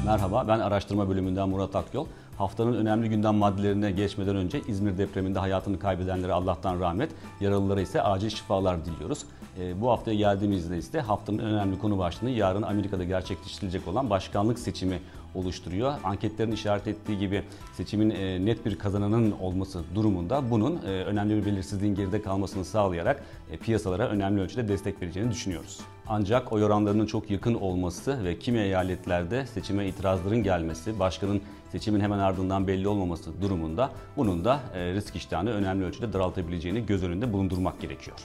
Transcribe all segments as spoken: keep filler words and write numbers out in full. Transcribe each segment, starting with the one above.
Merhaba, ben araştırma bölümünden Murat Akyol. Haftanın önemli gündem maddelerine geçmeden önce İzmir depreminde hayatını kaybedenlere Allah'tan rahmet, yaralılara ise acil şifalar diliyoruz. E, bu haftaya geldiğimizde ise haftanın önemli konu başlığını yarın Amerika'da gerçekleştirilecek olan başkanlık seçimi oluşturuyor. Anketlerin işaret ettiği gibi seçimin e, net bir kazananın olması durumunda bunun e, önemli bir belirsizliğin geride kalmasını sağlayarak e, piyasalara önemli ölçüde destek vereceğini düşünüyoruz. Ancak oy oranlarının çok yakın olması ve kimi eyaletlerde seçime itirazların gelmesi, başkanın seçimin hemen ardından belli olmaması durumunda bunun da e, risk iştahını önemli ölçüde daraltabileceğini göz önünde bulundurmak gerekiyor.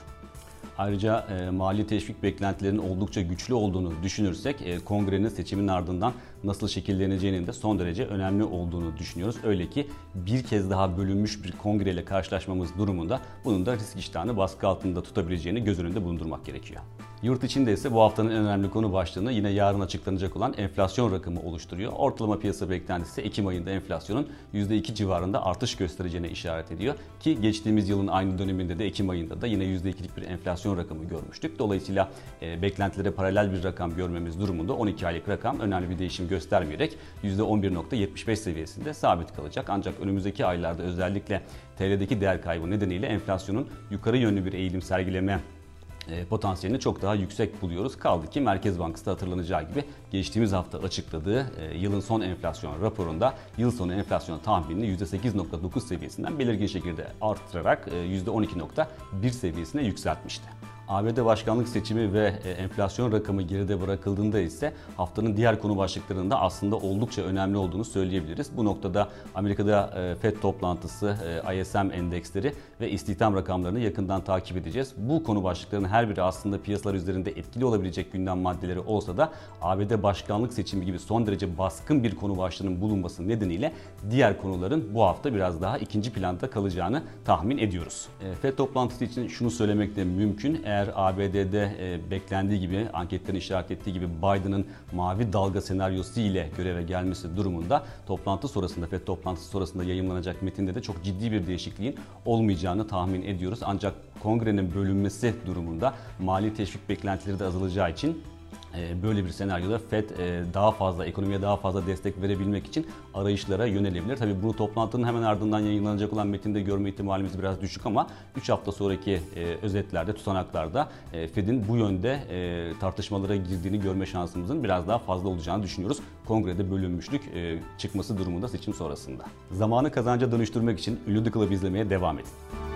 Ayrıca e, mali teşvik beklentilerinin oldukça güçlü olduğunu düşünürsek e, kongrenin seçimin ardından nasıl şekilleneceğinin de son derece önemli olduğunu düşünüyoruz. Öyle ki bir kez daha bölünmüş bir kongreyle karşılaşmamız durumunda bunun da risk iştahını baskı altında tutabileceğini göz önünde bulundurmak gerekiyor. Yurt içinde ise bu haftanın en önemli konu başlığını yine yarın açıklanacak olan enflasyon rakamı oluşturuyor. Ortalama piyasa beklentisi Ekim ayında enflasyonun yüzde iki civarında artış göstereceğine işaret ediyor. Ki geçtiğimiz yılın aynı döneminde de Ekim ayında da yine yüzde ikilik bir enflasyon rakamı görmüştük. Dolayısıyla e, beklentilere paralel bir rakam görmemiz durumunda on iki aylık rakam önemli bir değişim göstermeyerek yüzde on bir virgül yetmiş beş seviyesinde sabit kalacak. Ancak önümüzdeki aylarda özellikle T L'deki değer kaybı nedeniyle enflasyonun yukarı yönlü bir eğilim sergileme potansiyelini çok daha yüksek buluyoruz. Kaldı ki Merkez Bankası da hatırlanacağı gibi geçtiğimiz hafta açıkladığı yılın son enflasyon raporunda yıl sonu enflasyon tahminini yüzde sekiz virgül dokuz seviyesinden belirgin şekilde arttırarak yüzde on iki virgül bir seviyesine yükseltmişti. A B D başkanlık seçimi ve enflasyon rakamı geride bırakıldığında ise haftanın diğer konu başlıklarında aslında oldukça önemli olduğunu söyleyebiliriz. Bu noktada Amerika'da Fed toplantısı, I S M endeksleri ve istihdam rakamlarını yakından takip edeceğiz. Bu konu başlıklarının her biri aslında piyasalar üzerinde etkili olabilecek gündem maddeleri olsa da A B D başkanlık seçimi gibi son derece baskın bir konu başlığının bulunması nedeniyle diğer konuların bu hafta biraz daha ikinci planda kalacağını tahmin ediyoruz. Fed toplantısı için şunu söylemek de mümkün. Eğer Eğer A B D'de e, beklendiği gibi, anketlerin işaret ettiği gibi Biden'ın mavi dalga senaryosu ile göreve gelmesi durumunda toplantı sonrasında, Fed toplantısı sonrasında yayımlanacak metinde de çok ciddi bir değişikliğin olmayacağını tahmin ediyoruz. Ancak kongrenin bölünmesi durumunda mali teşvik beklentileri de azalacağı için böyle bir senaryoda Fed daha fazla, ekonomiye daha fazla destek verebilmek için arayışlara yönelebilir. Tabii bu toplantının hemen ardından yayınlanacak olan metinde görme ihtimalimiz biraz düşük ama üç hafta sonraki özetlerde, tutanaklarda Fed'in bu yönde tartışmalara girdiğini görme şansımızın biraz daha fazla olacağını düşünüyoruz. Kongrede bölünmüşlük çıkması durumunda seçim sonrasında. Zamanı kazanca dönüştürmek için Ünlü The Club izlemeye devam edin.